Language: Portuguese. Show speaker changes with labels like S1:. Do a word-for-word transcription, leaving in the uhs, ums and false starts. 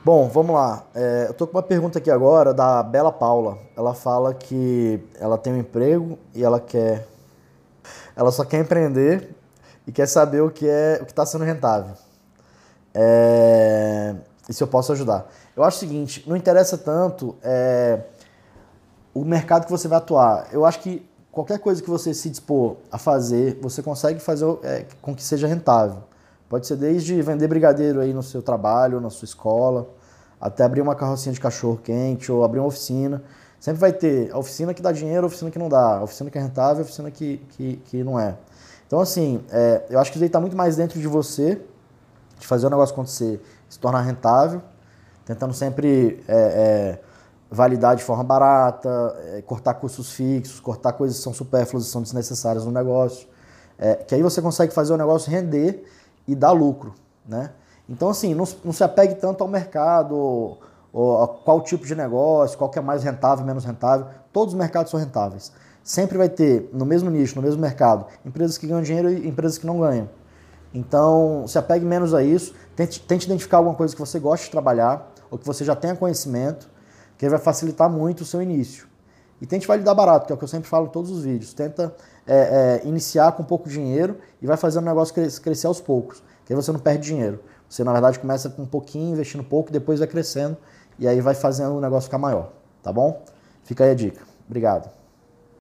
S1: Bom, vamos lá. É, eu tô com uma pergunta aqui agora da Bela Paula. Ela fala que ela tem um emprego e ela quer, ela só quer empreender e quer saber o que é, o que está sendo rentável. É, e se eu posso ajudar. Eu acho o seguinte, não interessa tanto é, o mercado que você vai atuar. Eu acho que qualquer coisa que você se dispor a fazer, você consegue fazer é, com que seja rentável. Pode ser desde vender brigadeiro aí no seu trabalho, na sua escola, até abrir uma carrocinha de cachorro quente ou abrir uma oficina. Sempre vai ter a oficina que dá dinheiro, a oficina que não dá, a oficina que é rentável, a oficina que, que, que não é. Então, assim, é, eu acho que isso aí está muito mais dentro de você, de fazer o negócio acontecer, se tornar rentável, tentando sempre é, é, validar de forma barata, é, cortar custos fixos, cortar coisas que são supérfluas e são desnecessárias no negócio, é, que aí você consegue fazer o negócio render e dar lucro, né? Então, assim, não, não se apegue tanto ao mercado, ou, ou a qual tipo de negócio, qual que é mais rentável, menos rentável. Todos os mercados são rentáveis. Sempre vai ter, no mesmo nicho, no mesmo mercado, empresas que ganham dinheiro e empresas que não ganham. Então, se apegue menos a isso, tente, tente identificar alguma coisa que você goste de trabalhar, ou que você já tenha conhecimento, que vai facilitar muito o seu início. E tente validar barato, que é o que eu sempre falo em todos os vídeos. Tenta é, é, iniciar com pouco dinheiro e vai fazendo o negócio cres- crescer aos poucos, que aí você não perde dinheiro. Você, na verdade, começa com um pouquinho, investindo pouco, depois vai crescendo, e aí vai fazendo o negócio ficar maior, tá bom? Fica aí a dica. Obrigado.